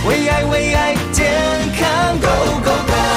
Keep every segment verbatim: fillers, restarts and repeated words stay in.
为爱为爱健康 Go Go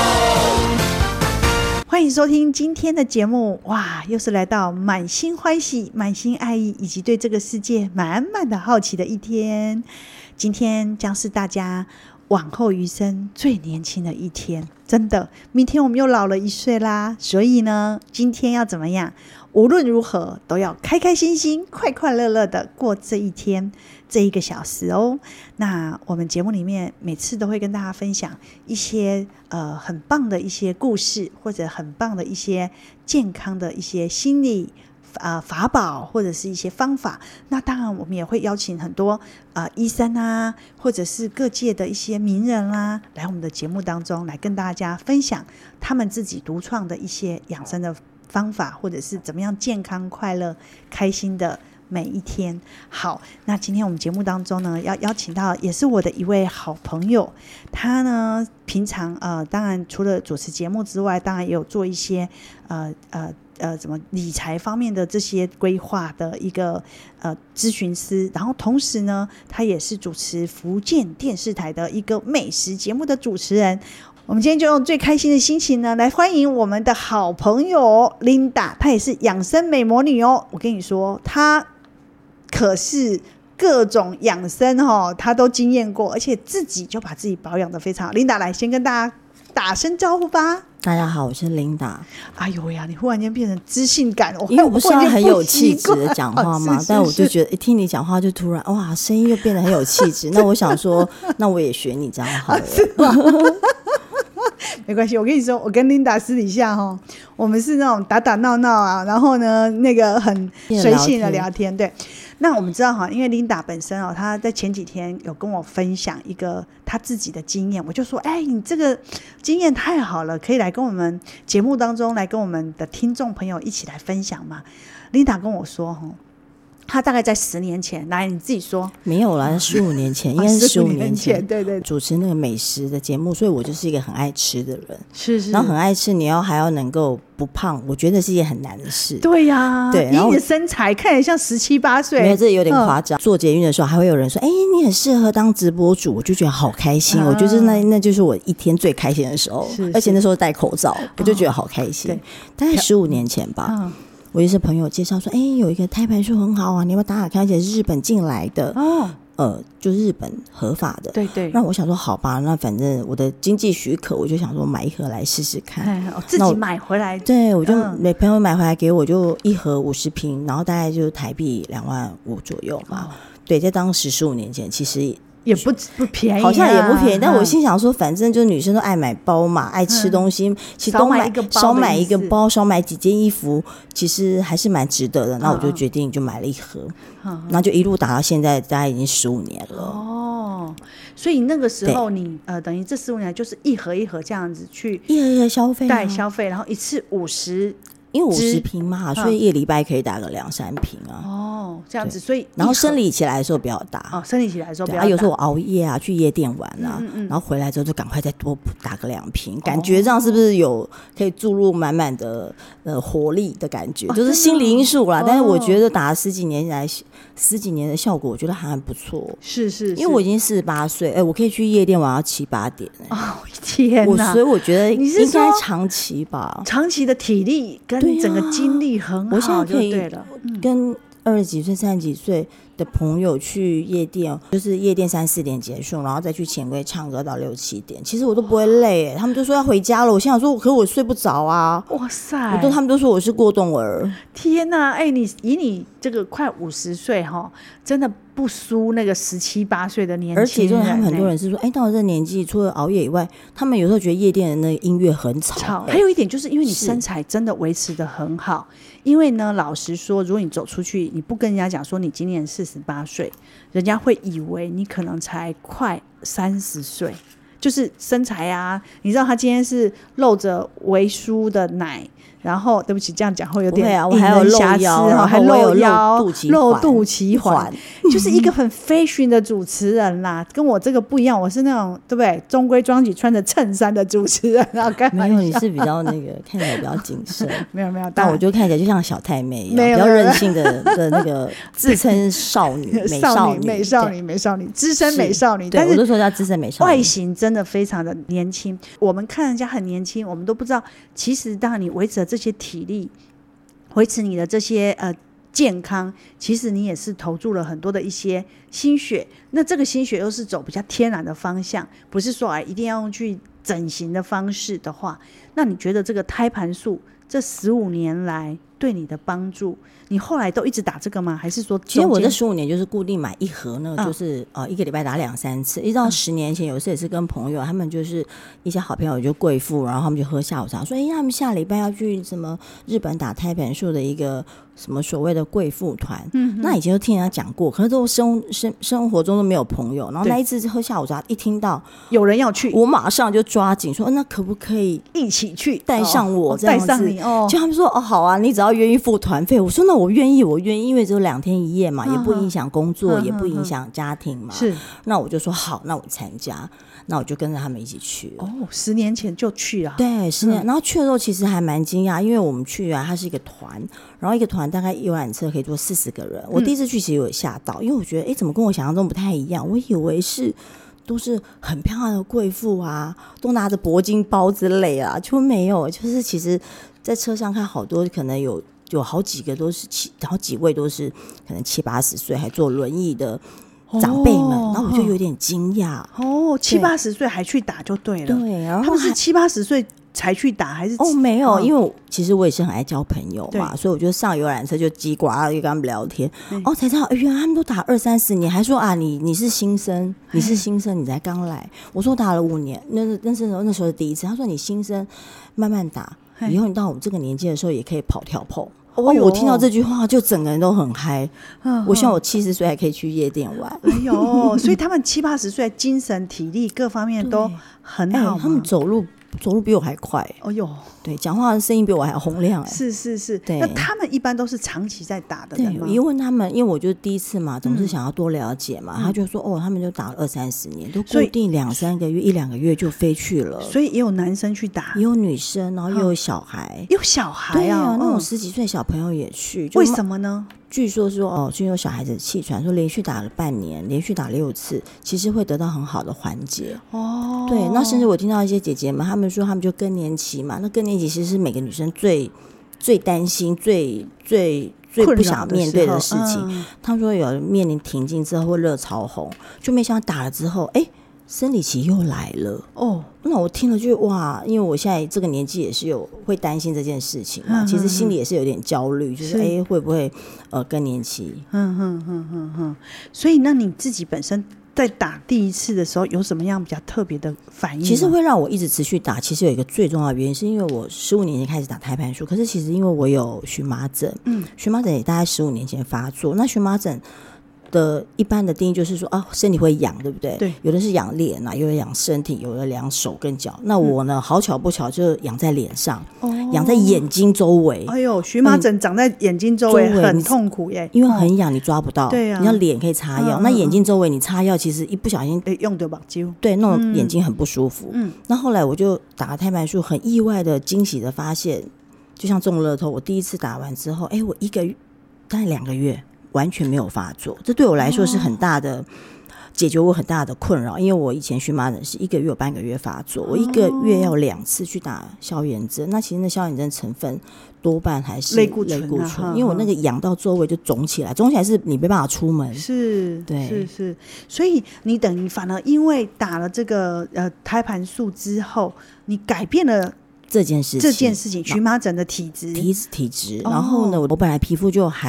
Go。 欢迎收听今天的节目。哇，又是来到满心欢喜、满心爱意以及对这个世界满满的好奇的一天。今天将是大家往后余生最年轻的一天，真的，明天我们又老了一岁啦。所以呢，今天要怎么样？无论如何都要开开心心、快快乐乐的过这一天，这一个小时哦。那我们节目里面每次都会跟大家分享一些呃很棒的一些故事，或者很棒的一些健康的一些心理呃法宝，或者是一些方法。那当然我们也会邀请很多呃医生啊，或者是各界的一些名人啊，来我们的节目当中来跟大家分享他们自己独创的一些养生的方法，或者是怎么样健康快乐开心的每一天。好，那今天我们节目当中呢，要邀请到也是我的一位好朋友。他呢平常呃当然除了主持节目之外，当然也有做一些呃呃呃怎么理财方面的这些规划的一个呃咨询师，然后同时呢他也是主持福建电视台的一个美食节目的主持人。我们今天就用最开心的心情呢，来欢迎我们的好朋友 Linda， 她也是养生美魔女哦。我跟你说，她可是各种养生哦，她都经验过，而且自己就把自己保养得非常好。Linda 来先跟大家打声招呼吧。 大家好，我是 Linda。 哎呦呀，你忽然间变成知性感， 因为我不是要很有气质的讲话吗？ 哦、是是是， 但我就觉得一听你讲话就突然哇，声音又变得很有气质。那我想说那我也学你这样好了。 是吗？没关系，我跟你说，我跟 Linda 私底下齁，我们是那种打打闹闹啊，然后呢那个很随性的聊天。对，那我们知道哈，因为 Linda 本身哦，她在前几天有跟我分享一个她自己的经验，我就说，哎，你这个经验太好了，可以来跟我们节目当中来跟我们的听众朋友一起来分享嘛。Linda 跟我说齁，他大概在十年前，来你自己说。 没有啦，十五年前，应该是十五年前， 对对， 主持那个美食的节目，所以我就是一个很爱吃的人， 是是， 然后很爱吃，你要还要能够不胖，我觉得是一件很难的事。 对呀、啊， 对，然后你的身材看起来像十七八岁， 没有，这有点夸张。做捷运的时候，还会有人说：“哎、欸，你很适合当直播主。”我就觉得好开心，嗯、我觉得那那就是我一天最开心的时候， 是是， 而且那时候戴口罩，我就觉得好开心。哦、大概十五年前吧。嗯，我也是朋友介绍说，哎、欸，有一个胎盘素很好啊，你要不要打打看？而且是日本进来的哦，呃，就日本合法的。 对对。 那我想说，好吧，那反正我的经济许可，我就想说买一盒来试试看。 哦、自己买回来。 对，我就每朋友买回来给我，就一盒五十瓶，然后大概就台币两万五左右嘛。哦、对，在当时十五年前，其实。 也不不便宜、啊， 好像也不便宜，但我心想说，反正就是女生都爱买包嘛，嗯、爱吃东西，其实都买少买一个包，少买几件衣服，其实还是蛮值得的。那我就决定就买了一盒，然后就一路打到现在，大概已经十五年了。 哦，所以那个时候你呃，等于这十五年就是一盒一盒这样子去一盒一盒消费、啊， 带消费，然后一次五十。 因为五十瓶嘛，所以一个礼拜可以打个两三瓶啊。 哦，这样子，所以然后生理起来的时候不要打。 哦，生理起来的时候不要打。 啊，有时候我熬夜啊，去夜店玩啊，嗯嗯嗯，然后回来之后就赶快再多打个两瓶，感觉这样是不是有可以注入满满的呃活力的感觉？哦、就是心理因素啦。哦、但是我觉得打了十几年来十几年的效果，我觉得还不错。 是 是, 是， 因为我已经四十八岁，哎，我可以去夜店玩到七八点、欸。 哦天哪！ 我所以我觉得应该长期吧， 长期的体力跟整个精力很好， 我现在可以跟二十几岁、三十几岁的朋友去夜店，就是夜店三四点结束，然后再去钱柜唱歌到六七点，其实我都不会累、欸。他们就说要回家了，我心想说，可是我睡不着啊！ 哇塞， 我都他们都说我是过动儿。 天哪，哎、欸，你以你这个快五十岁哈，真的不输那个十七八岁的年轻人、欸。 而且就是他们很多人是说，哎、欸，到了这个年纪，除了熬夜以外，他们有时候觉得夜店的那个音乐很吵。吵、 欸。还有一点就是因为你身材真的维持得很好，因为呢，老实说，如果你走出去，你不跟人家讲说你今年四十八岁，人家会以为你可能才快三十岁。就是身材啊，你知道他今天是露着微酥的奶， 然后对不起这样讲会有点不会啊，我还有露腰，然后还露腰露肚脐露肚脐环， 环就是一个很 fashion 的主持人啦，跟我这个不一样，我是那种对不对中规中矩穿着衬衫的主持人，然后开玩笑没有，你是比较那个看起来比较谨慎， 没有没有， 但我就看起来就像小太妹一样， 没有比较任性的的那个自称少女美少女美少女美少女资深美少女， 对， 但是我就说叫资深美少女， 外形真的非常的年轻，我们看人家很年轻，我们都不知道，其实当你维持了这些体力，维持你的这些呃健康，其实你也是投注了很多的一些心血，那这个心血又是走比较天然的方向，不是说啊一定要用去整形的方式的话，那你觉得这个胎盘素这十五年来对你的帮助，你后来都一直打这个吗？还是说其实我这十五年就是固定买一盒呢， 嗯、 就是、呃、一个礼拜打两三次，一直到十年前，有一次也是跟朋友，他们就是一些好朋友就贵妇，然后他们就喝下午茶，说哎，他们下礼拜要去什么日本打胎盘素的一个什么所谓的贵妇团，嗯，那以前都听人家讲过，可是都生生生活中都没有朋友，然后那一次喝下午茶一听到有人要去， 我马上就抓紧说，那可不可以一起去带上我这样子？ 带上你哦， 就他们说哦好啊，你只要愿意付团费，我说那我愿意，我愿意，因为只有两天一夜嘛，也不影响工作，也不影响家庭嘛， 是，那我就说好，那我参加。那我就跟着他们一起去了。 哦，十年前就去了。 对，十年、嗯。然后去的时候其实还蛮惊讶，因为我们去啊，它是一个团，然后一个团大概游览车可以坐四十个人。我第一次去其实有吓到，因为我觉得哎，怎么跟我想象中不太一样？我以为是都是很漂亮的贵妇啊，都拿着铂金包之类啊，就没有。就是其实，在车上看好多，可能有有好几个都是七，好几位都是可能七八十岁还坐轮椅的。长辈们，然后我就有点惊讶哦，七八十岁还去打就对了， 对，然后他们是七八十岁才去打还是？ 哦，没有，哦、因为我其实我也是很爱交朋友嘛，所以我就上游览车就叽呱就跟他们聊天，哦，才知道、哎、原来他们都打二三十年，还说啊你你是新生，你是新生，你才刚来，我说打了五年，那那是那时候的第一次，他说你新生慢慢打，以后你到我们这个年纪的时候也可以跑跳碰。哦，我听到这句话就整个人都很嗨、嗯、我希望我七十岁还可以去夜店玩。 哎呦，所以他们七八十岁精神体力各方面都很好、 欸、他们走路走路比我还快。 哦呦， 对，讲话的声音比我还洪亮、欸、 是是是。 对， 那他们一般都是长期在打的人吗？ 对，一问他们，因为我就第一次嘛，总是想要多了解嘛、嗯、他就说哦，他们就打了二三十年，都固定两三个月一两个月就飞去了。 所以也有男生去打， 也有女生，然后也有小孩、 嗯、有小孩啊， 对啊、 嗯、 那种十几岁小朋友也去。 为什么呢？ 据说说哦，就有小孩子气喘，说连续打了半年，连续打六次，其实会得到很好的缓解。哦，对，那甚至我听到一些姐姐们，她们说她们就更年期嘛，那更年期其实是每个女生最最担心、最最最不想面对的事情。嗯、她说有面临停经之后会热潮红，就没想到打了之后，哎。生理期又来了哦，那我听了就哇，因为我现在这个年纪也是有会担心这件事情嘛，嗯、其实心里也是有点焦虑，就是哎、欸、会不会呃更年期？ 嗯哼哼哼哼。所以那你自己本身在打第一次的时候有什么样比较特别的反应？ 其实会让我一直持续打，其实有一个最重要的原因，是因为我十五年前开始打胎盘素，可是其实因为我有荨麻疹，嗯，荨麻疹也大概十五年前发作，那荨麻疹。的一般的定义就是说啊，身体会痒，对不对？ 对， 有的是痒脸啊，有的痒身体，有的痒手跟脚。那我呢，嗯、好巧不巧就痒在脸上，哦、痒在眼睛周围。 哎呦，荨麻疹长在眼睛周围，嗯、很痛苦耶， 因为很痒，你抓不到。 对啊， 你要脸可以擦药，嗯、那眼睛周围你擦药，其实一不小心用到目睭， 对，那种眼睛很不舒服。嗯，那后来我就打了胎盘素，很意外的惊喜的发现，就像中乐透，我第一次打完之后，哎，我一个月，大概两个月。完全没有发作，这对我来说是很大的、哦、解决我很大的困扰，因为我以前荨麻疹是一个月有半个月发作，我一个月要两次去打消炎针，那其实那消炎针成分多半还是类固醇、啊、 类固醇，因为我那个痒到周围就肿起来，肿起来是你没办法出门， 是， 对， 是是，所以你等于反而因为打了这个呃胎盘素之后，你改变了。 这件事情， 这件事情，荨麻疹的体质， 体体质。然后呢，我本来皮肤就还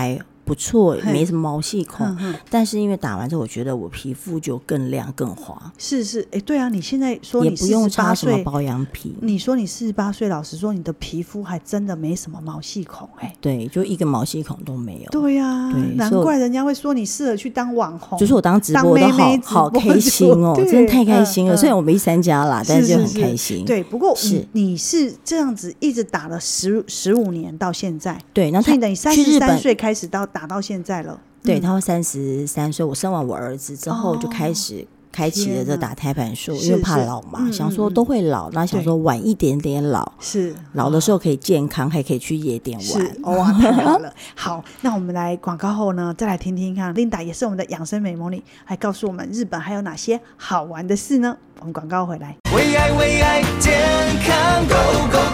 不错，没什么毛细孔， 哼哼但是因为打完之后，我觉得我皮肤就更亮更滑。 是是，哎，对啊，你现在说你也不用四十八擦什么岁， 保养品。 你说你四十八岁，老实说，你的皮肤还真的没什么毛细孔，哎， 对，就一个毛细孔都没有。 对呀、啊， 对难所以怪人家会说你适合去当网红， 就是我当直播我都当妹好妹直播好开心哦， 对真的太开心了。 嗯嗯虽然我没参加啦，但是就很是开心。 对，不过是你你是这样子一直打了十十五年到现在， 对，然后他所以等于三十去日本， 三岁开始到打到现在了。 对， 嗯他会三十三岁，我生完我儿子之后就开始。开启了这打胎盘术，因为怕老嘛， 是是想说都会老，那、嗯、想说晚一点点老， 是老的时候可以健康，还可以去夜店玩， 哇，太好了！好，那我们来广告后呢，再来听听看，Linda 也是我们的养生美魔女，还告诉我们日本还有哪些好玩的事呢？我们广告回来， 为爱为爱健康 Go Go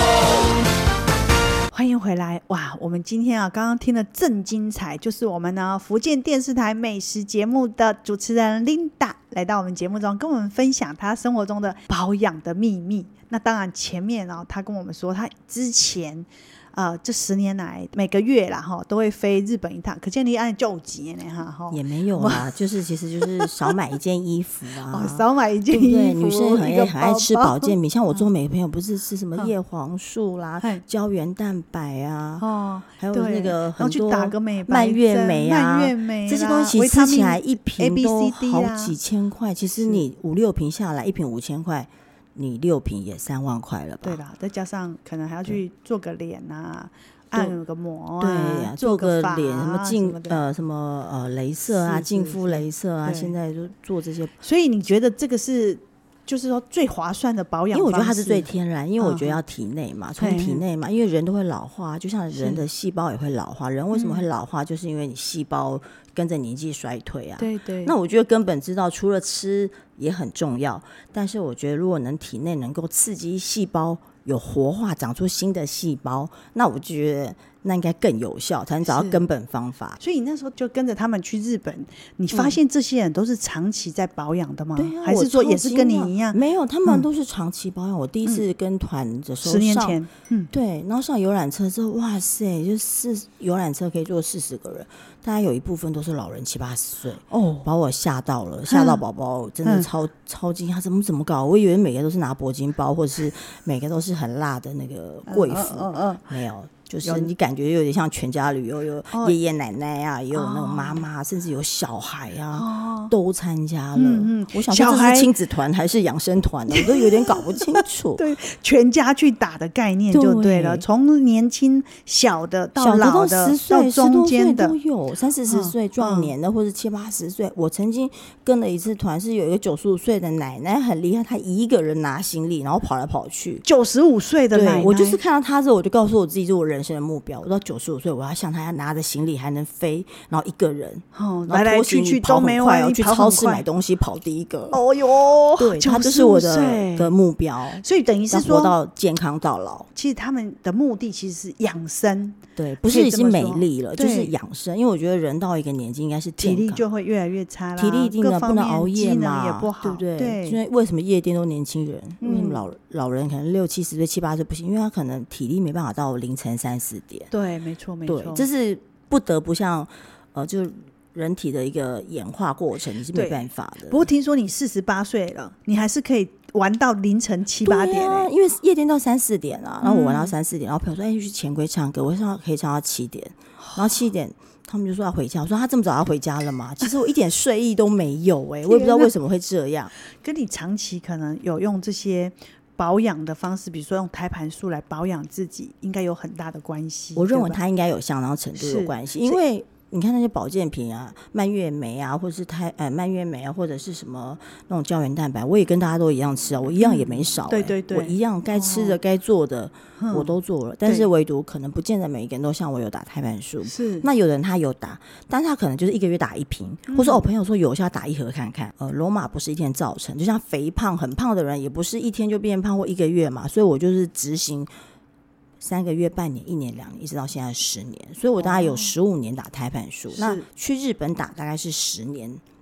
Go！ 欢迎回来！哇，我们今天啊，刚刚听了正精彩，就是我们呢福建电视台美食节目的主持人 Linda 来到我们节目中，跟我们分享她生活中的保养的秘密。那当然，前面啊，她跟我们说，她之前呃这十年来每个月啦哈都会飞日本一趟，可见你按救急呢哈哈。 也没有啦，就是其实就是少买一件衣服啊， 哦、少买一件衣服， 对不对？女生很爱很爱吃保健品，像我中美朋友不是吃什么叶黄素啦、嗯、胶原蛋白啊，哦，还有那个很多蔓越莓啊， 蔓越莓这些东西吃起来一瓶都好几千块，其实你五六瓶下来，一瓶五千块。你六瓶也三万块了吧？ 对啦，再加上可能还要去做个脸啊，按个摩啊， 对呀、啊，做个脸啊、 什么净呃什么呃雷射啊，净肤雷射啊，现在就做这些。 所以你觉得这个是就是说最划算的保养方式？ 因为我觉得它是最天然，因为我觉得要体内嘛，从、嗯、体内嘛，因为人都会老化，就像人的细胞也会老化。人为什么会老化？嗯、就是因为你细胞跟着年纪衰退啊。 对对。 那我觉得根本知道，除了吃也很重要，但是我觉得如果能体内能够刺激细胞有活化，长出新的细胞，那我觉得那应该更有效，才能找到根本方法。 所以你那时候就跟着他们去日本，你发现这些人都是长期在保养的吗？ 嗯、 还是说也是跟你一样？ 没有，他们都是长期保养。嗯、我第一次跟团的时候， 十年前， 嗯，对，然后上游览车之后，哇塞，就是游览车可以坐四十个人，大概有一部分都是老人七八十岁，哦，把我吓到了，吓到宝宝真的超、嗯、超惊讶，怎么怎么搞？我以为每个都是拿铂金包，或者是每个都是很辣的那个贵妇，嗯嗯嗯、没有。就是你感觉有点像全家旅游，有爷爷奶奶啊，也有那种妈妈，甚至有小孩啊，都参加了。嗯嗯，我想说这是亲子团还是养生团，我都有点搞不清楚。 对，全家去打的概念就对了，从年轻小的到老的， 小的到十岁、 中间的都有，三四十岁壮年的，或者七八十岁。我曾经跟了一次团，是有一个九十五岁的奶奶很厉害，她一个人拿行李，然后跑来跑去。 九十五岁的奶奶， 我就是看到她之后，我就告诉我自己，是我人。人生的目标，我到九十五岁，我要像他拿着行李还能飞，然后一个人， 哦、来来去去都没完， 要去超市买东西跑第一个。 哦哟， 对，他就是我的的目标。 所以等于是说， 活到健康到老。 其实他们的目的其实是养生， 对，不是已经美丽了，就是养生。因为我觉得人到一个年纪应该是体力就会越来越差啦， 体力一定的不能熬夜嘛， 也不好， 对不对？ 对。 所以为什么夜店都年轻人？嗯、为什么老老人可能六七十岁、七八岁不行？因为他可能体力没办法到凌晨三四点。 对，没错，没错， 对，这是不得不像呃，就人体的一个演化过程，你是没办法的。 不过听说你四十八岁了，你还是可以玩到凌晨七八点、欸啊、因为夜店到三四点啊，然后我玩到三四点，然后朋友说：“哎、欸，去钱柜唱歌，我说可以唱到七点。”然后七点他们就说要回家，我说他这么早要回家了吗？其实我一点睡意都没有哎、欸，我也不知道为什么会这样。 跟你长期可能有用这些保养的方式，比如说用胎盘素来保养自己，应该有很大的关系。 我认为它应该有相当程度的关系，因为你看那些保健品啊，蔓越莓啊，或者是胎呃蔓越莓啊，或者是什么那种胶原蛋白，我也跟大家都一样吃啊，我一样也没少、欸嗯。对对对，我一样该吃的、哦、该做的、嗯、我都做了，但是唯独可能不见得每一个人都像我有打胎盘素。是，那有人他有打，但是他可能就是一个月打一瓶，嗯、或者我朋友说有效打一盒看看。呃，罗马不是一天造成，就像肥胖很胖的人也不是一天就变胖或一个月嘛，所以我就是执行。三个月、半年、一年、两年，一直到现在十年，所以我大概有十五年打胎盘素。哦、那去日本打大概是十年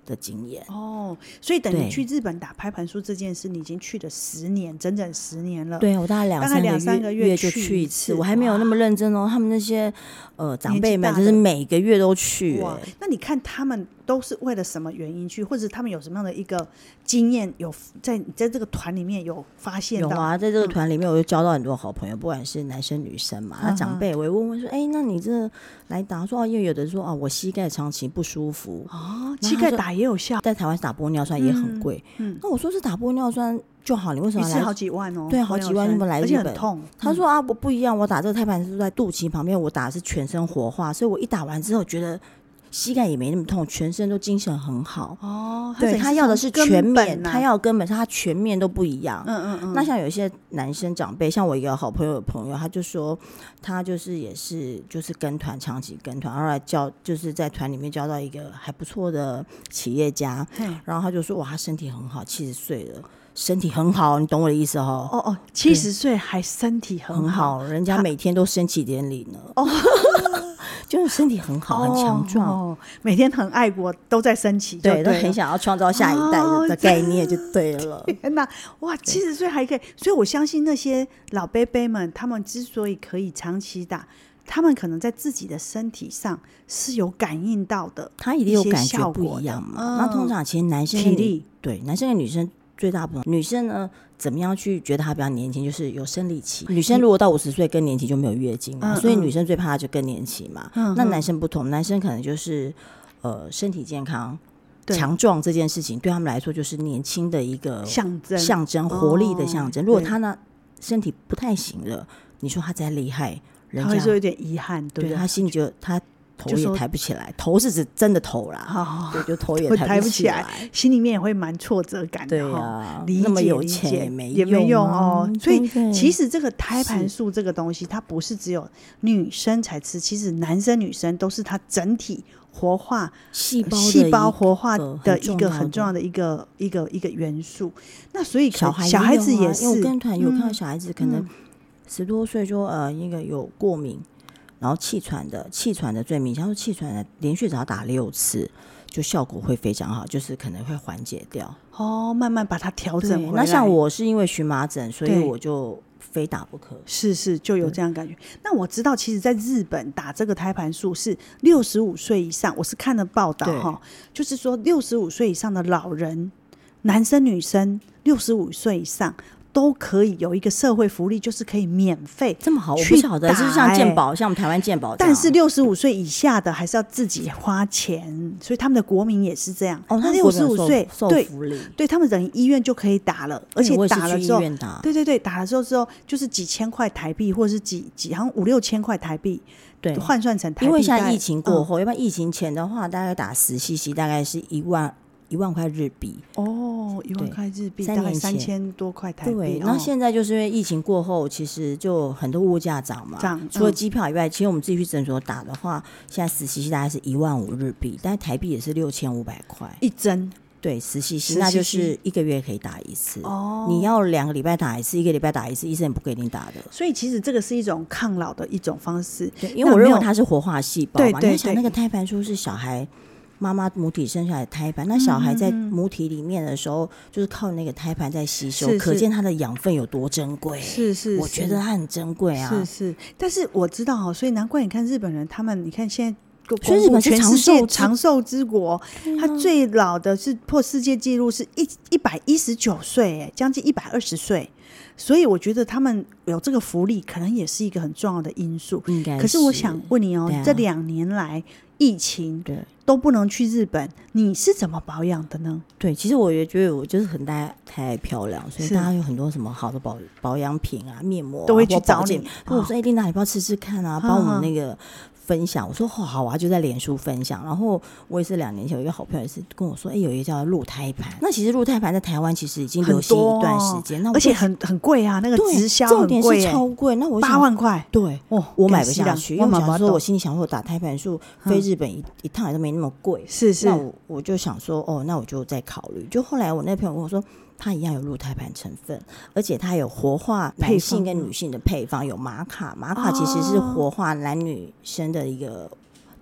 的经验。 哦，所以等你对去日本打拍盘术这件事，你已经去了十年，整整十年了。 对，我大概两大概三两三个月个月就去一去一次， 次我还没有那么认真哦。他们那些呃长辈们就是每个月都去、 哇欸， 那你看他们都是为了什么原因去，或者他们有什么样的一个经验，有在在这个团里面有发现到？ 有啊，在这个团里面，我就交到很多好朋友，不管是男生女生嘛。那、 嗯、 长辈我也问问说，哎、欸，那你这来打说，因为有的说啊，我膝盖长期不舒服， 哦，膝盖打也有效， 在台湾打玻尿酸也很贵。嗯，嗯那我说是打玻尿酸就好，你为什么来？ 一次好几万哦， 对，好几万，你们来日本， 而且很痛。 他说啊，我不一样，我打这个胎盘是在肚脐旁边，我打的是全身活化，所以我一打完之后觉得膝盖也没那么痛，全身都精神很好。 哦， 对，他要的是全面， 啊、 他要根本是他全面都不一样。 嗯嗯嗯。 那像有一些男生长辈，像我一个好朋友的朋友，他就说他就是也是就是跟团，长期跟团，后来交就是在团里面交到一个还不错的企业家，然后他就说哇，他身体很好，七十岁了。身体很好，你懂我的意思哦。 哦哦，七十岁还身体很好， 很好，人家每天都升旗典礼呢。哦，就是身体很好，很强壮、 哦，每天很爱国，都在升旗， 对，都很想要创造下一代的概念，就对了。 哦、天哪，哇，七十岁还可以，所以我相信那些老伯伯们，他们之所以可以长期打。他们可能在自己的身体上是有感应到的， 他一定有感觉不一样嘛。嗯、那通常其实男生体力对男生跟女生最大不同，女生呢怎么样去觉得她比较年轻，就是有生理期。女生如果到五十岁更年期就没有月经嘛，嗯、所以女生最怕就更年期嘛。嗯、那男生不同，男生可能就是呃身体健康。强壮这件事情对他们来说就是年轻的一个象征， 象征活力的象征。哦、如果他呢身体不太行了，你说他再厉害。 他会说有点遗憾，对不对？ 对他心里就他头也抬不起来，头是指真的头啦，哦、对，就头也抬不起来， 抬不起来心里面也会蛮挫折感的。 对啊， 理解那么有钱也没用、啊、 也没用哦。所以对对其实这个胎盘素这个东西，它不是只有女生才吃，其实男生女生都是它整体活化细胞细胞活化的一个很很重要的一个一个一个元素。那所以小孩小孩子也是， 因为我跟团有看到小孩子可能、嗯。十多岁就呃那个有过敏，然后气喘的，气喘的最明显。他说气喘的连续只要打六次，就效果会非常好，就是可能会缓解掉。 哦，慢慢把它调整回来。 那像我是因为荨麻疹，所以我就非打不可。 是是，就有这样感觉。那我知道，其实在日本打这个胎盘素是六十五岁以上，我是看了报道哈，就是说六十五岁以上的老人，男生女生，六十五岁以上。都可以有一个社会福利，就是可以免费这么好，我不晓得，就是像健保，像我们台湾健保， 但是六十五岁以下的还是要自己花钱，所以他们的国民也是这样。 哦， 那六十五岁对福利， 对他们等于医院就可以打了，而且打了之后， 对对对，打了之后之后就是几千块台币，或者是几几好像五六千块台币， 对， 换算成台币。 因为现在疫情过后，要不然疫情前的话，大概打十 C C 大概是一万。一万块日币哦，一万块日币大概三千多块台币。 对，那、哦、现在就是因为疫情过后，其实就很多物价涨嘛， 涨、嗯、 除了机票以外，其实我们自己去诊所打的话，现在十 C C 大概是一万五日币，但是台币也是六千五百块一针。 对，十 C C 那就是一个月可以打一次哦。你要两个礼拜打一次，一个礼拜打一次，医生也不给你打的。 所以其实这个是一种抗老的一种方式， 对，因为我认为它是活化细胞嘛。 对对对， 你想那个胎盘素是小孩。妈妈母体生下来的胎盘，那小孩在母体里面的时候，嗯嗯嗯就是靠那个胎盘在吸收， 是是可见它的养分有多珍贵。 是是， 我觉得它很珍贵啊。 是是，但是我知道，所以难怪你看日本人，他们你看现在。 所以日本是全世界长寿之国，他最老的是破世界纪录，是一一百一十九岁，哎，将近一百二十岁。所以我觉得他们有这个福利，可能也是一个很重要的因素。 应该是。 可是我想问你哦，啊、这两年来疫情对都不能去日本，你是怎么保养的呢？ 对，其实我也觉得我就是很太太漂亮，所以大家有很多什么好的保保养品啊、面膜、啊、 都会去找你。 我说：“哎、欸，丽娜，你不要吃吃看啊，帮、哦、我们那个。”分享，我说、哦、好啊，就在脸书分享。然后我也是两年前有一个好朋友也是跟我说，哎、欸，有一个叫鹿胎盘。那其实鹿胎盘在台湾其实已经流行一段时间，那而且很很贵啊，那个直销很贵、欸， 重点是超贵。那我八万块， 对， 哦， 我买不下去。因为我想说，我心里想说，我打胎盘素飞日本一、嗯、一趟也都没那么贵， 是是。 那我我就想说，哦，那我就再考虑。就后来我那个朋友跟我说。它一样有鹿胎盘成分，而且它有活化男性跟女性的配方，有玛卡，玛卡其实是活化男女生的一个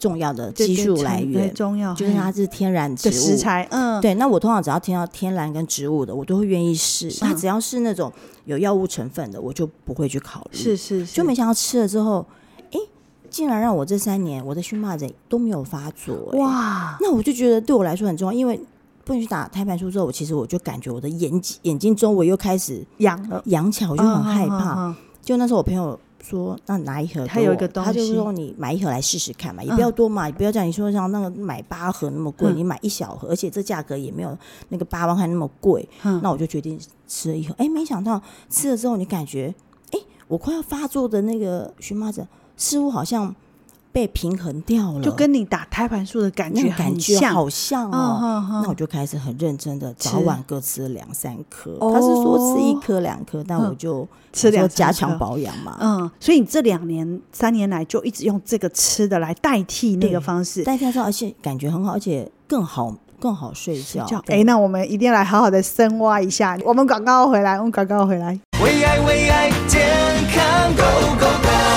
重要的激素来源， 对对对中药就是它是天然植物的食材。嗯， 对。那我通常只要听到天然跟植物的，我都会愿意试。它只要是那种有药物成分的，我就不会去考虑。 是是是， 就没想到吃了之后，哎，竟然让我这三年我的荨麻疹都没有发作。哇！那我就觉得对我来说很重要，因为不能去打胎盘素之后，我其实我就感觉我的眼眼睛周围又开始痒了， 痒起来，我就很害怕。 嗯嗯嗯、 就那时候我朋友说，那拿一盒， 他有一个东西， 他就说你买一盒来试试看嘛，也不要多嘛，也、嗯、不要叫你说像那个买八盒那么贵、嗯，你买一小盒，而且这价格也没有那个八万块那么贵、嗯。那我就决定吃了一盒，哎，没想到吃了之后，你感觉，哎，我快要发作的那个荨麻疹似乎好像被平衡掉了， 就跟你打胎盘素的感觉很像， 感觉好像哦、 嗯嗯嗯。 那我就开始很认真的早晚各吃了两三颗。他是说吃一颗两颗，但我就吃两加强保养嘛。 嗯，所以你这两年三年来就一直用这个吃的来代替那个方式， 代替之后，而且感觉很好，而且更好。更好睡觉。 哎、欸，那我们一定要来好好的深挖一下。我们广告回来，我们广告回来。 为爱为爱健康 Go Go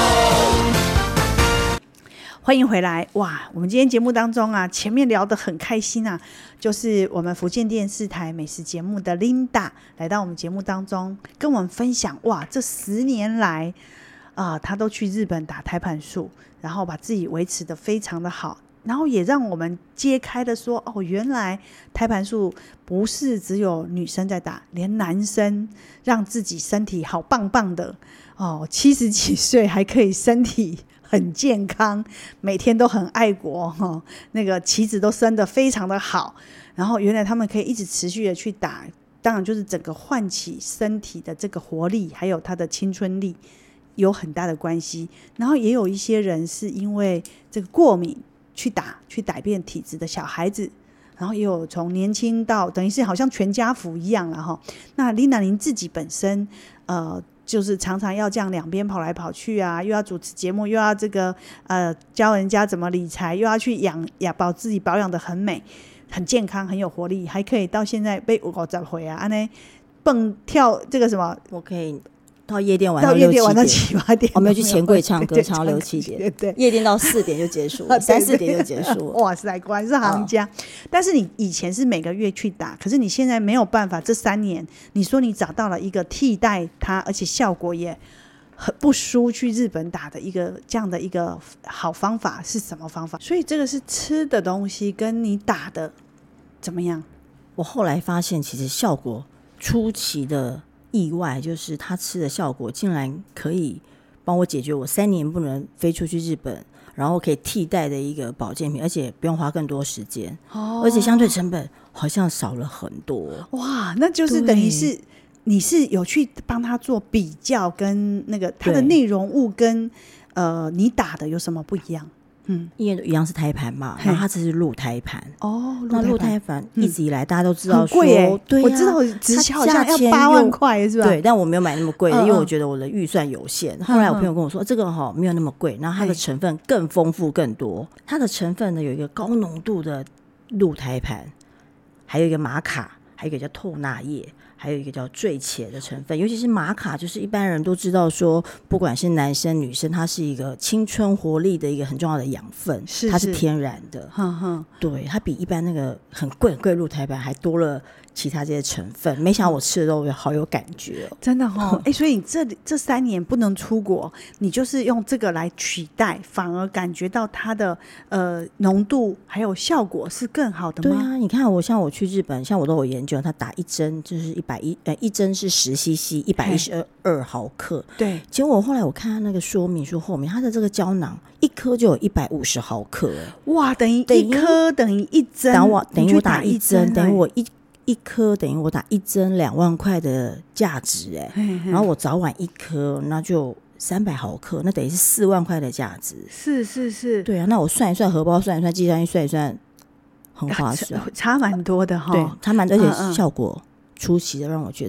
Go， 欢迎回来。哇，我们今天节目当中啊，前面聊得很开心啊，就是我们福建电视台美食节目的 Linda 来到我们节目当中，跟我们分享哇，这十年来啊、呃，她都去日本打胎盘素，然后把自己维持得非常的好。然后也让我们揭开的说，哦，原来胎盘素不是只有女生在打，连男生让自己身体好棒棒的哦，七十几岁还可以身体很健康，每天都很爱国哈、哦，那个旗子都升得非常的好。然后原来他们可以一直持续的去打，当然就是整个唤起身体的这个活力，还有他的青春力有很大的关系。然后也有一些人是因为这个过敏。去打去改变体质的小孩子，然后也有从年轻到等于是好像全家福一样了哈。那 Linda 您自己本身呃就是常常要这样两边跑来跑去啊，又要主持节目，又要这个呃教人家怎么理财，又要去养养保自己保养得很美很健康很有活力，还可以到现在被五十岁啊，安呢蹦跳这个什么， 我可以。到夜店玩到夜店玩到七八点， 我们要去钱柜唱歌，唱到六七点。对，夜店到四点就结束了，三四点就结束了。 哇塞，果然是行家、哦。但是你以前是每个月去打，可是你现在没有办法。这三年，你说你找到了一个替代它，而且效果也很不输去日本打的一个这样的一个好方法是什么方法？所以这个是吃的东西跟你打的怎么样？ 我后来发现，其实效果出奇的。意外就是他吃的效果竟然可以帮我解决我三年不能飞出去日本，然后可以替代的一个保健品，而且不用花更多时间、哦、而且相对成本好像少了很多。 哇，那就是等于是你是有去帮他做比较，跟那个他的内容物跟呃你打的有什么不一样？嗯，因为一样是胎盘嘛，然后它只是鹿胎盘哦， 那鹿胎盘一直以来大家都知道说， 很贵耶， 对啊， 我知道直销好像要八万块是吧？ 对，但我没有买那么贵的，嗯、因为我觉得我的预算有限。嗯、后来我朋友跟我说，这个哈、哦、没有那么贵，然后它的成分更丰富更多。它的成分呢有一个高浓度的鹿胎盘，还有一个玛卡，还有一个叫透钠液。还有一个叫醉茄的成分，尤其是玛卡，就是一般人都知道说，不管是男生女生，它是一个青春活力的一个很重要的养分，是它是天然的，呵呵对，它比一般那个很贵很贵鹿胎盘还多了其他这些成分。没想到我吃的都好有感觉、哦， 真的哦，哎、欸，所以你这这三年不能出国，你就是用这个来取代，反而感觉到它的呃浓度还有效果是更好的吗？ 对啊，你看我像我去日本，像我都有研究，他打一针就是一百一呃一针是十 C C 一百一十二毫克， 对。 结果我后来我看他那个说明书后面，它的这个胶囊一颗就有一百五十毫克， 哇，等于一颗等于一针， 等我等于我打一针，等于我一。一颗等于我打一针两万块的价值哎，然后我早晚一颗，那就三百毫克，那等于是四万块的价值。 是是是， 对啊，那我算一算，荷包算一算，计算一算一算，很划算， 差蛮多的哈、哦。 对，差蛮多，而且效果出奇的，让我觉得哎、欸，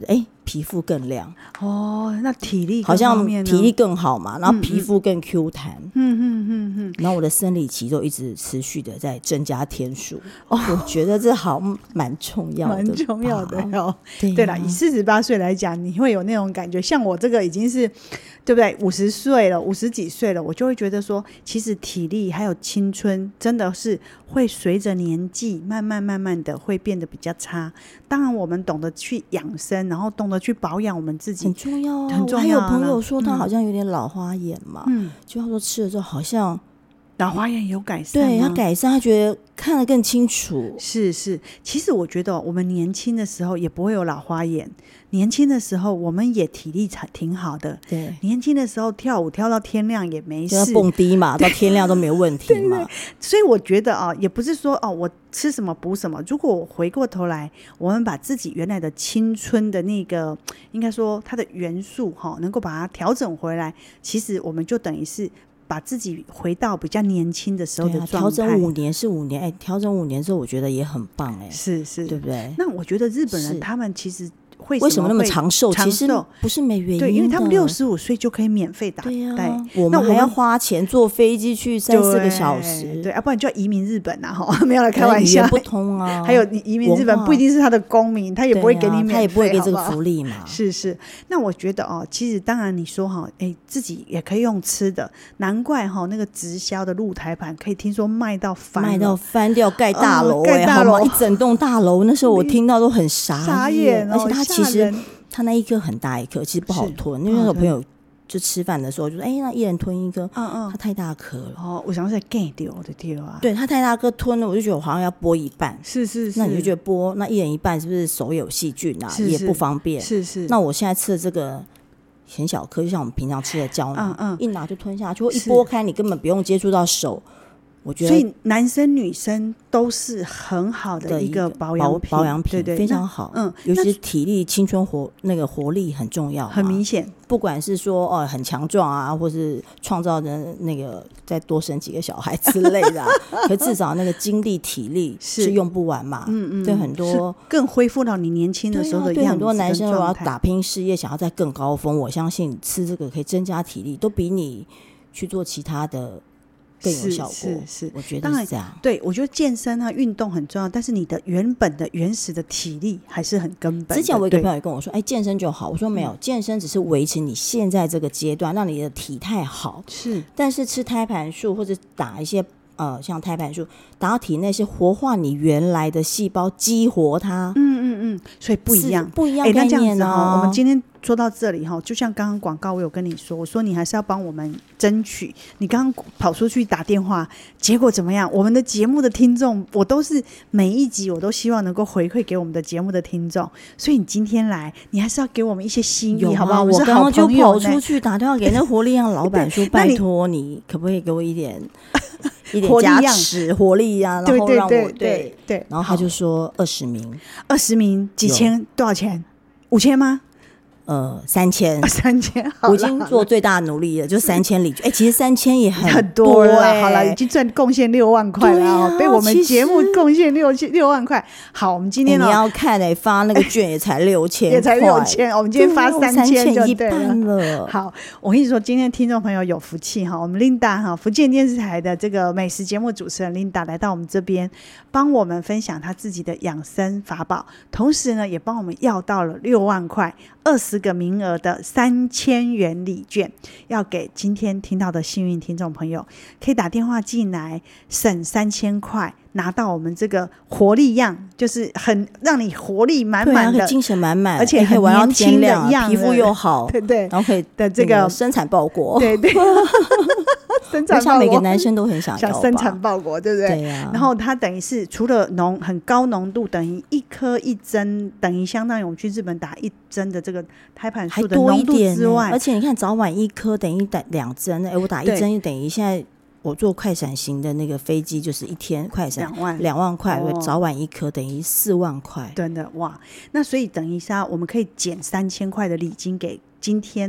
皮肤更亮哦，那体力好像体体力更好嘛，然后皮肤更 Q 弹， 嗯嗯嗯嗯， 然后我的生理期都一直持续的在增加天数，哦，我觉得这好蛮重要的， 蛮重要的哦。 对、啊、 对啦，以四十八岁来讲，你会有那种感觉，像我这个已经是对不对？五十岁了，五十几岁了，我就会觉得说，其实体力还有青春，真的是会随着年纪慢慢慢慢的会变得比较差。当然，我们懂得去养生，然后懂得去保养我们自己， 很重要啊。 很重要啊。 我还有朋友说他好像有点老花眼嘛， 嗯， 就他说吃了之后好像老花眼有改善， 对他改善，他觉得看得更清楚。 是是，其实我觉得我们年轻的时候也不会有老花眼，年轻的时候我们也体力才挺好的， 对， 年轻的时候跳舞跳到天亮也没事， 就蹦迪嘛，到天亮都没有问题嘛。 对对，所以我觉得啊，也不是说哦，我吃什么补什么。如果我回过头来，我们把自己原来的青春的那个，应该说它的元素哈、哦，能够把它调整回来，其实我们就等于是把自己回到比较年轻的时候的状态。 调整五年是五年，哎，调整五年之后，我觉得也很棒，哎， 是是， 对不对？ 那我觉得日本人他们其实。为为什么那么长寿？ 长寿其实不是没原因的， 对，因为他们六十五岁就可以免费打。 对呀、 啊， 我们还要花钱坐飞机去三四个小时， 对，要、啊、不然就要移民日本啊！哈，没有来开玩笑， 语言不通啊。 还有你移民日本不一定是他的公民，他也不会给你免费、 啊，他也不会给这个福利嘛。 是是，那我觉得哦，其实当然你说哈，哎，自己也可以用吃的，难怪哈那个直销的鹿台盘可以听说卖到翻， 卖到翻掉，盖大楼、 欸， 哎、 呃，好吗？ 一整栋大楼，那时候我听到都很傻眼， 傻眼、哦， 而且他其实。他那一颗很大一颗，其实不好吞，因为有朋友就吃饭的时候就说：“哎、欸，那一人吞一颗，嗯嗯，它太大颗了。” 哦，我想是干掉的掉啊， 对，它太大颗吞了，我就觉得我好像要剥一半。 是是是， 那你就觉得剥那一人一半是不是手有细菌啊？是是也不方便。 是是。 那我现在吃的这个很小颗，就像我们平常吃的胶囊，嗯嗯，一拿就吞下去，一剥开你根本不用接触到手。我觉得， 所以男生女生都是很好的一个保养品， 保养品， 对对， 非常好。嗯，尤其是体力、青春活那个活力很重要， 很明显。 不管是说哦很强壮啊，或是创造的那个再多生几个小孩之类的、啊，可至少那个精力、体力是用不完嘛。嗯嗯，对，很多更恢复到你年轻的时候的样子、啊。对很多男生如果要打拼事业，想要在更高峰，我相信吃这个可以增加体力，都比你去做其他的。更有效果， 是是是， 我觉得是这样。 对，我觉得健身啊、运动很重要，但是你的原本的原始的体力还是很根本的。 之前我一个朋友也跟我说：“哎，健身就好。”我说：“没有，嗯、健身只是维持你现在这个阶段，让你的体态好。 是， 但是吃胎盘素或者打一些呃，像胎盘素打到体内是活化你原来的细胞，激活它。 嗯嗯嗯，所以不一样， 不一样概念、啊。 那这样子哈，我们今天。说到这里哈，就像刚刚广告，我有跟你说，我说你还是要帮我们争取。你刚刚跑出去打电话，结果怎么样？我们的节目的听众，我都是每一集我都希望能够回馈给我们的节目的听众。所以你今天来，你还是要给我们一些心意，好不好？ 我刚刚就跑出去打电话给那活力量老板说，拜托你可不可以给我一点一点加持活力啊？然后让我对对对对, 对， 然后他就说二十名， 二十名几千多少钱？五千吗？ 呃，三千， 三千， 我已经做最大的努力了，就三千里。哎、欸，其实三千也很很多了、欸。好了，已经赚贡献六万块了、喔啊，被我们节目贡献六六万块。好，我们今天、喔欸、你要看哎、欸，发那个券也才六千， 也才六千。我们今天发三千就对了。 了好，我跟你说，今天听众朋友有福气哈，我们 Linda 哈，福建电视台的这个美食节目主持人 Linda 来到我们这边，帮我们分享她自己的养生法宝，同时呢，也帮我们要到了六万块，二十个名额的。三千元礼券要给今天听到的幸运听众朋友，可以打电话进来省三千块，拿到我们这个活力样，就是很让你活力满满的， 对啊、精神满满， 而且很年轻的样、 啊，皮肤又好， 对对， 然后可以的这个生产报国， 对对。生产报国， 我想每个男生都很想要想生产报国，对不对？ 对啊。 然后它等于是除了浓很高浓度，等于一颗一针，等于相当于我们去日本打一针的这个胎盘素的浓度之外， 而且你看早晚一颗等于打两针，哎，我打一针就等于现在我坐快闪型的那个飞机，就是一天快闪两万两万块， 哦、 早晚一颗等于四万块， 真的哇！那所以等一下我们可以减三千块的礼金给今天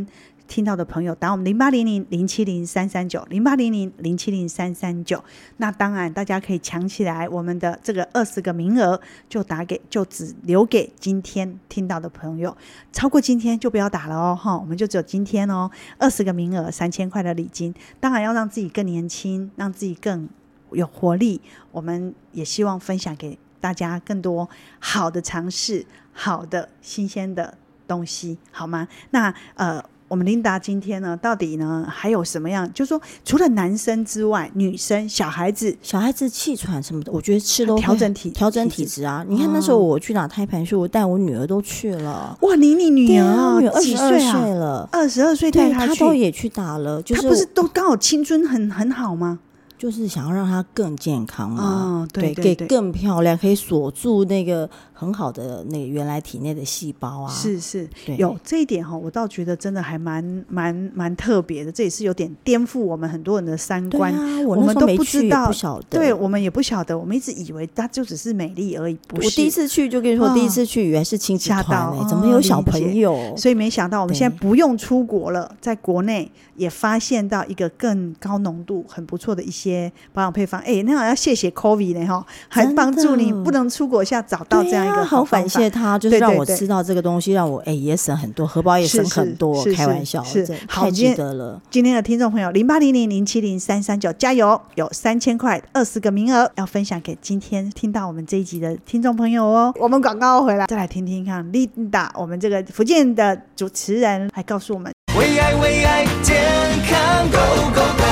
听到的朋友打我们零八零零零七零三三九零八零零零七零三三九，那当然大家可以抢起来，我们的这个二十个名额就打给就只留给今天听到的朋友，超过今天就不要打了哦，我们就只有今天哦，二十个名额三千块的礼金，当然要让自己更年轻，让自己更有活力，我们也希望分享给大家更多好的尝试，好的新鲜的东西，好吗？那呃我们琳达今天呢，到底呢还有什么样？就是说，除了男生之外，女生、小孩子、 小孩子气喘什么的，我觉得吃都调整体调整体质啊。你看那时候我去打胎盘术，我带我女儿都去了。 哇，你你女儿啊， 女儿几岁啊？ 了， 二十二岁带她去， 她都也去打了。就是她不是都刚好青春很很好吗？ 就是想要让她更健康嘛， 哦、对, 对, 对, 对，给更漂亮，可以锁住那个很好的那个原来体内的细胞啊。 是是，有这一点哈，我倒觉得真的还蛮蛮蛮特别的，这也是有点颠覆我们很多人的三观。 啊、 我, 我们都不知道， 不晓得， 对我们也不晓得，我们一直以为它就只是美丽而已。不是， 我第一次去就跟你说，哦、第一次去原来是亲子团、欸，怎么有小朋友？哦、 所以没想到我们现在不用出国了，在国内也发现到一个更高浓度、很不错的一些保养配方。哎，那要谢谢 COVID 呢哈，还帮助你不能出国下找到这样一个好方法。 好感谢他，就是让我吃到这个东西，让我哎也省很多，荷包也省很多。开玩笑， 是太值得了。 今天的听众朋友，零八零零零七零三三九，加油！有三千块，二十个名额要分享给今天听到我们这一集的听众朋友哦。我们广告回来，再来听听看 Linda， 我们这个福建的主持人，还告诉我们。 为爱为爱健康 Go Go Go，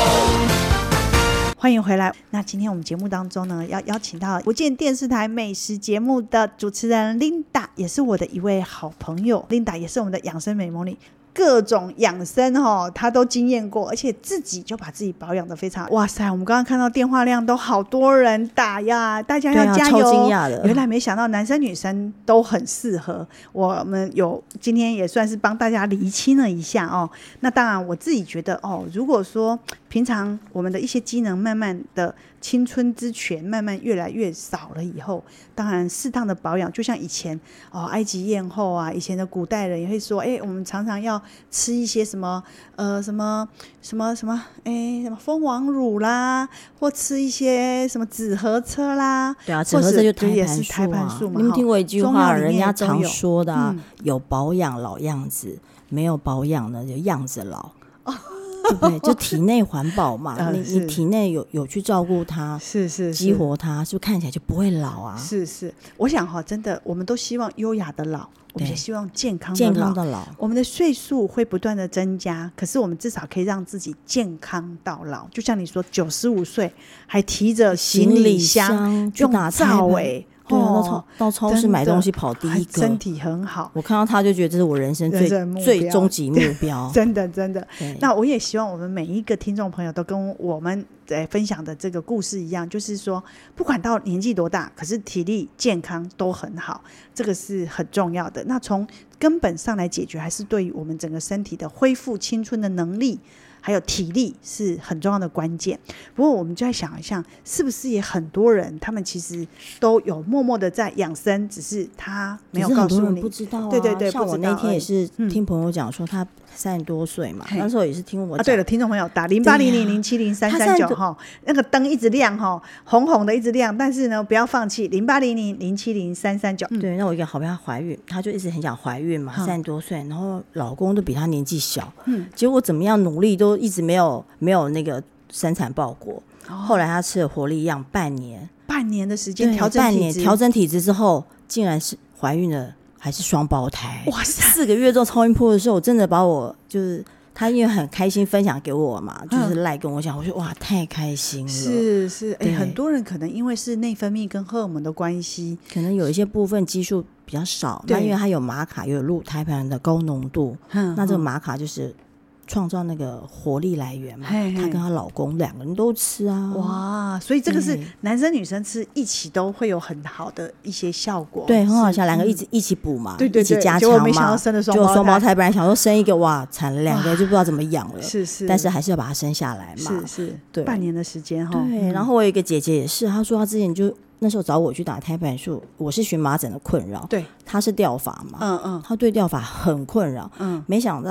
欢迎回来。那今天我们节目当中呢，要邀请到福建电视台美食节目的主持人 Linda， 也是我的一位好朋友。 Linda 也是我们的养生美魔女，各种养生哦，她都经验过，而且自己就把自己保养得非常。哇塞，我们刚刚看到电话量都好多人打呀，大家要加油！ 对啊，超惊讶的。 原来没想到男生女生都很适合。我们有今天也算是帮大家厘清了一下哦。那当然我自己觉得哦，如果说平常我们的一些机能慢慢的青春之泉慢慢越来越少了以后，当然适当的保养，就像以前哦，埃及艳后啊，以前的古代人也会说，哎，我们常常要吃一些什么呃什么什么什么哎什么蜂王乳啦，或吃一些什么紫河车啦。 对啊，紫河车就胎盘素嘛。 你们听过一句话，人家常有说的、啊嗯、有保养老样子，没有保养呢就样子老。哦对不对？就体内环保嘛，呃、你你体内有有去照顾它， 是是是激活它，是不是看起来就不会老啊？ 是是，我想哈，真的，我们都希望优雅的老，我们也希望健康的健康的老。 我们的岁数会不断的增加，可是我们至少可以让自己健康到老。就像你说，九十五岁还提着行李箱去打造诶。 对啊，到超到超市买东西跑第一个， 身体很好。 我看到他就觉得这是我人生最最终极目标， 真的真的。那我也希望我们每一个听众朋友都跟我们在分享的这个故事一样，就是说，不管到年纪多大，可是体力健康都很好，这个是很重要的。那从根本上来解决，还是对于我们整个身体的恢复青春的能力。还有体力是很重要的关键。不过我们就在想一下，是不是也很多人他们其实都有默默的在养生，只是他没有告诉你， 不知道啊。 对对对， 像我那天也是听朋友讲说，他三十多岁嘛、嗯，那时候也是听我讲。 啊，对了，听众朋友打零八零零零七零三三九哈，那个灯一直亮哈，红红的一直亮，但是呢不要放弃，零八零零零七零三三九。 对，那我一个好朋友怀孕，她就一直很想怀孕嘛，三十多岁，然后老公都比她年纪小，嗯，结果怎么样努力都。都一直没有没有那个生产报果、哦、后来他吃了活力样半年半年的时间调整体质，半年调整体质之后竟然是怀孕了，还是双胞胎。哇塞！四个月之后超音波的时候，我真的把我就是他因为很开心分享给我嘛，就是赖跟我讲、嗯、我说哇太开心了。 是是、欸、很多人可能因为是内分泌跟荷尔蒙的关系， 可能有一些部分激素比较少，那因为它有玛卡有入胎盘的高浓度、嗯、那这个玛卡就是创造那个活力来源嘛，她跟她老公两个人都吃啊。 哇，所以这个是男生女生吃一起都会有很好的一些效果。 对，很好笑，两个一起、嗯、一起补嘛， 对对对， 一起加强嘛。 结果没想到生了双胞胎， 就双胞胎，本来想说生一个哇，产了两个就不知道怎么养了， 是是， 但是还是要把它生下来嘛， 是是， 对， 半年的时间哈。 对、嗯，然后我有一个姐姐也是，她说她之前就。那时候找我去打胎盘术，我是荨麻疹的困扰， 对， 她是掉发嘛， 嗯嗯， 她对掉发很困扰，嗯，没想到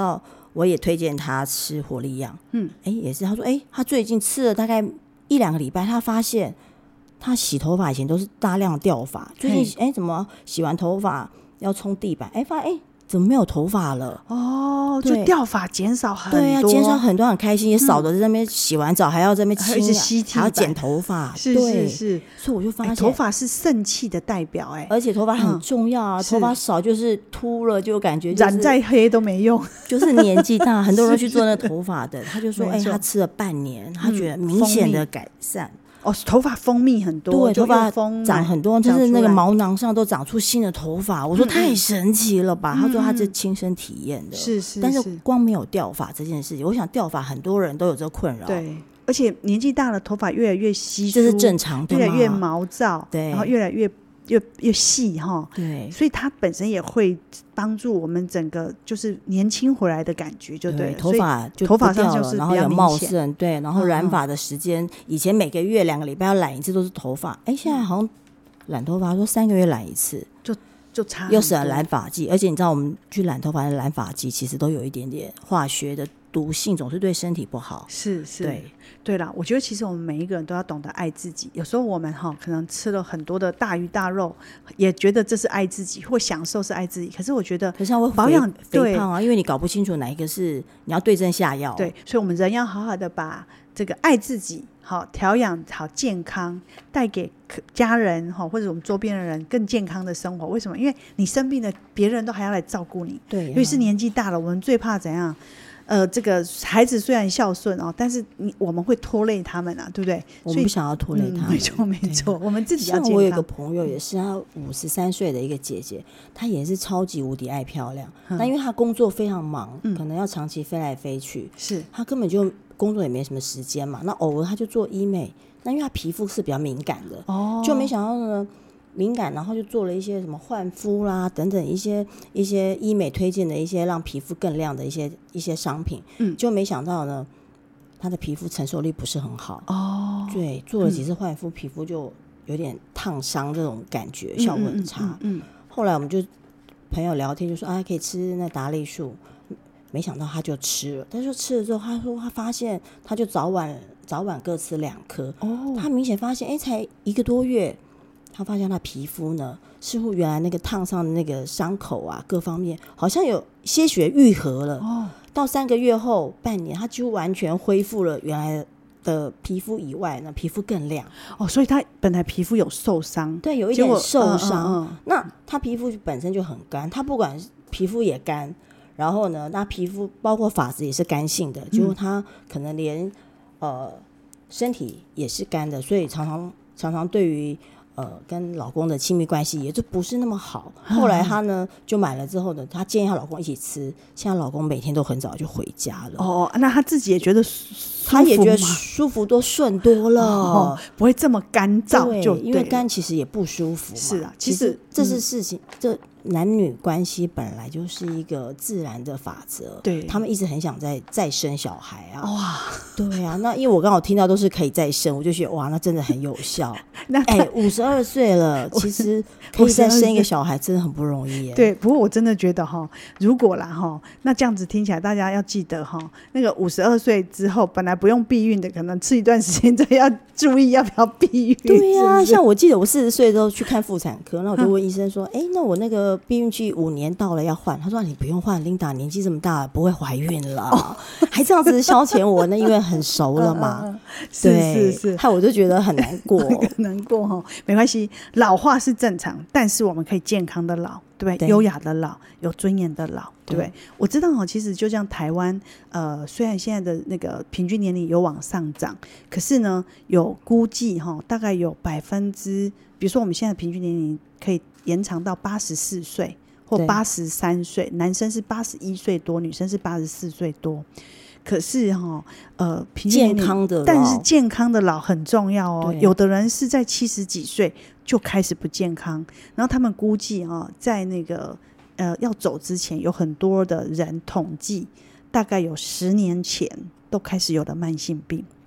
我也推荐他吃活力样， 嗯， 哎，也是他说，哎，他最近吃了大概一两个礼拜，他发现他洗头发以前都是大量掉发，最近哎怎么洗完头发要冲地板，哎发现哎怎么没有头发了？ 哦，就掉发减少很多， 对啊，减少很多，很开心，也少的在那边洗完澡、嗯、还要在那边清、啊， 还, 还要剪头发， 是是是， 所以我就发现、欸、 头发是肾气的代表、欸， 而且头发很重要啊，嗯、头发少就是秃了，就感觉、就是、 染再黑都没用， 就是年纪大，很多人去做那头发的，他就说，哎、欸，他吃了半年，他觉得明显的改善。嗯哦，头发丰密很多， 对，头发长很多，就是那个毛囊上都长出新的头发。我说太神奇了吧？嗯、他说他是亲身体验的， 是是， 但是光没有掉发这件事情，我想掉发很多人都有这个困扰。 对，而且年纪大了，头发越来越稀疏， 这是正常的， 越来越毛躁， 对， 然后越来越越越细哈， 对， 所以它本身也会帮助我们整个就是年轻回来的感觉，就 对, 对，头发就头发上就是然后有茂盛，对，然后染发的时间，嗯、以前每个月两个礼拜要染一次都是头发，哎，现在好像染头发说三个月染一次， 就就差又省了染发剂，而且你知道我们去染头发的染发剂其实都有一点点化学的毒性，总是对身体不好。 是是， 对对啦，我觉得其实我们每一个人都要懂得爱自己。有时候我们哈可能吃了很多的大鱼大肉，也觉得这是爱自己或享受是爱自己，可是我觉得可是会保养肥胖啊，因为你搞不清楚哪一个是你要对症下药。 对，所以我们人要好好的把这个爱自己好调养好健康，带给家人或者我们周边的人更健康的生活。为什么？因为你生病了，别人都还要来照顾你。 对、啊， 尤其是年纪大了，我们最怕怎样？呃，这个孩子虽然孝顺哦，但是你我们会拖累他们啊，对不对？ 我们不想要拖累他们， 嗯、没错没错，我们自己要健康。 像我有一个朋友也是，她五十三岁的一个姐姐，她也是超级无敌爱漂亮。嗯、那因为她工作非常忙，嗯、可能要长期飞来飞去， 是她根本就工作也没什么时间嘛。那偶尔她就做医美，那因为她皮肤是比较敏感的，哦，就没想到呢。敏感，然后就做了一些什么焕肤啦等等一些一些医美推荐的一些让皮肤更亮的一些一些商品，嗯，就没想到呢，她的皮肤承受力不是很好哦，对，做了几次焕肤，嗯、皮肤就有点烫伤这种感觉，效果很差。嗯, 嗯, 嗯, 嗯，后来我们就朋友聊天就说啊，可以吃那达利树，没想到他就吃了，但是吃了之后，他说他发现他就早晚早晚各吃两颗，哦，他明显发现，哎，才一个多月。他发现他皮肤呢，似乎原来那个烫伤的那个伤口啊，各方面好像有些许愈合了。哦，到三个月后、半年，他几乎完全恢复了原来的皮肤以外呢，皮肤更亮。 哦，所以他本来皮肤有受伤， 对，有一点受伤。嗯嗯嗯、那他皮肤本身就很干，他不管皮肤也干，然后呢，那皮肤包括发质也是干性的，结果他可能连呃身体也是干的，所以常常常常对于。呃，跟老公的亲密关系也就不是那么好。后来她呢，就买了之后呢，她建议她老公一起吃。现在老公每天都很早就回家了。 哦，那她自己也觉得舒服， 她也觉得舒服多顺多了， 哦、不会这么干燥。就因为干其实也不舒服嘛。 是啊， 其实这是事情，嗯、这男女关系本来就是一个自然的法则。 对， 他们一直很想再再生小孩啊。哇，对啊，那因为我刚好听到都是可以再生，我就觉得哇，那真的很有效。那哎，五十二岁了，其实可以再生一个小孩，真的很不容易耶。 对，不过我真的觉得哈，如果啦哈，那这样子听起来，大家要记得哈，那个五十二岁之后本来不用避孕的，可能吃一段时间就要注意要不要避孕。 对呀、 啊， 像我记得我四十岁的时候去看妇产科，那我就问医生说，哎、嗯，那我那个避孕器五年到了要换，他说你不用换 ，Linda 年纪这么大不会怀孕了，哦、还这样子消遣我，那因为很熟了嘛。嗯嗯是是是， 害我就觉得很难过， 难过哈，没关系，老化是正常，但是我们可以健康的老，对不对？优雅的老，有尊严的老，对不对？我知道哈，其实就像台湾，呃，虽然现在的那个平均年龄有往上涨，可是呢，有估计哈，大概有百分之，比如说我们现在平均年龄可以延长到八十四岁或八十三岁，男生是八十一岁多，女生是八十四岁多。可是哈，呃，平均健康的老， 但是健康的老很重要哦。有的人是在七十几岁就开始不健康，然后他们估计啊，在那个呃要走之前，有很多的人统计，大概有十年前都开始有了慢性病。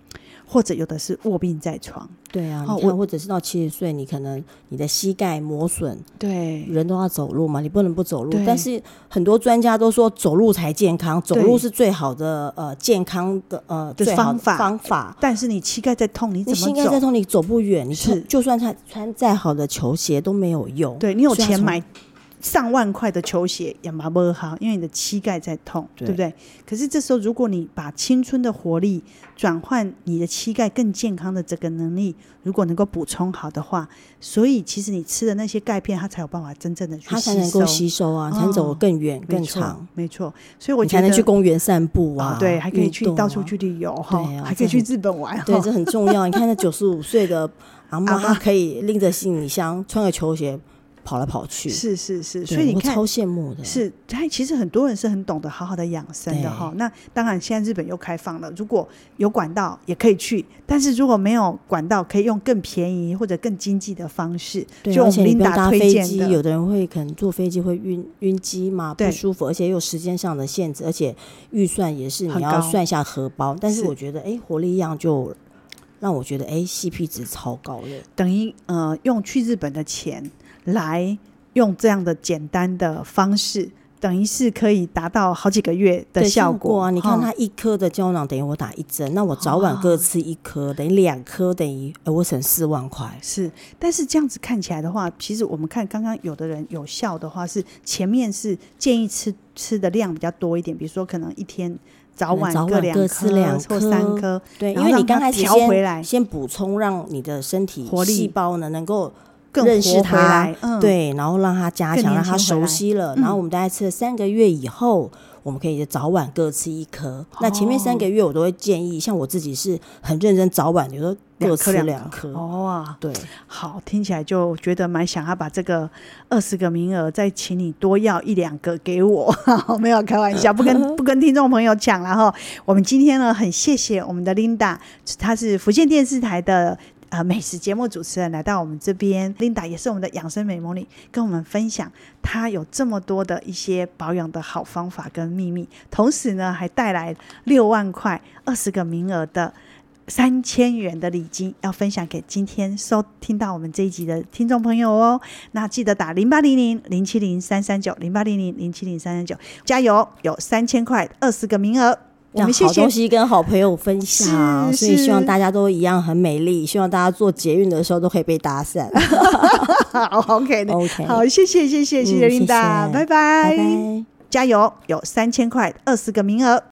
或者有的是卧病在床。 对啊， 哦你看或者是到七十岁，你可能你的膝盖磨损， 对， 人都要走路嘛，你不能不走路。 对但是很多专家都说走路才健康，走路是最好的呃健康的呃的最好的方法方法。 但是你膝盖在痛，你怎你么走？ 膝盖再痛，你走不远，你是就算穿穿再好的球鞋都没有用。 对，你有所以他从钱买上万块的球鞋也蛮不好，因为你的膝盖在痛， 对, 对不对？可是这时候，如果你把青春的活力转换你的膝盖更健康的这个能力，如果能够补充好的话，所以其实你吃的那些钙片，它才有办法真正的去吸收， 它才能够吸收啊， 哦才能走得更远、更没错长。 没错，所以我你觉得才能去公园散步啊， 哦对，还可以去运动啊到处去旅游哈、 对啊还可以去这很日本玩哈。 对，这很重要。你看那九十五岁的阿嬷， 阿嬷她可以拎着行李箱，穿个球鞋跑来跑去， 是是是， 对所以你看我超羡慕的。 是，他其实很多人是很懂得好好的养生的哈。那当然，现在日本又开放了，如果有管道也可以去，但是如果没有管道，可以用更便宜或者更经济的方式。 对， 就我们而且你不用 Linda 搭推飞机， 荐的， 有的人会可能坐飞机会晕晕机嘛， 对不舒服，而且又有时间上的限制，而且预算也是很高你要算一下荷包。但是是我觉得，哎，活力样就让我觉得，哎 ，C P 值超高的。 等于呃用去日本的钱来用这样的简单的方式，等于是可以达到好几个月的对效果啊！你看哈它一颗的胶囊等于我打一针，那我早晚各吃一颗，等于两颗等于哎我省四万块。 是，但是这样子看起来的话，其实我们看刚刚有的人有效的话，是前面是建议吃吃的量比较多一点，比如说可能一天早晚早晚各各两颗吃两或三颗， 对， 然后让它因为你刚开始调先回来先补充，让你的身体活力细胞呢能够更认识活回它来，嗯， 对，然后让它加强， 更年让它熟轻回来悉了。 嗯然后我们大概吃了三个月以后，我们可以早晚各吃一颗。那前面三个月我都会建议，像我自己是很认真，早晚有时候各吃两两颗。 哦啊， 对， 好，听起来就觉得蛮想要把这个二十个名额再请你多要一两个给我，没有开玩笑，不跟不跟听众朋友讲了哈。我们今天呢，很谢谢我们的 Linda， 她是福建电视台的。呃，美食节目主持人来到我们这边 ，Linda 也是我们的养生美魔女，跟我们分享她有这么多的一些保养的好方法跟秘密，同时呢，还带来六万块二十个名额的三千元的礼金，要分享给今天收听到我们这一集的听众朋友哦。那记得打零八零零零七零三三九零八零零零七零三三九，加油！有三千块二十个名额。我们谢谢好东西跟好朋友分享， 是所以希望是大家都一样很美丽，希望大家做捷运的时候都可以被搭讪。 好 OK 的 OK 好，谢谢谢谢谢谢嗯 Linda，、 谢谢拜拜， 拜拜。 加油！有三千块二十个名额。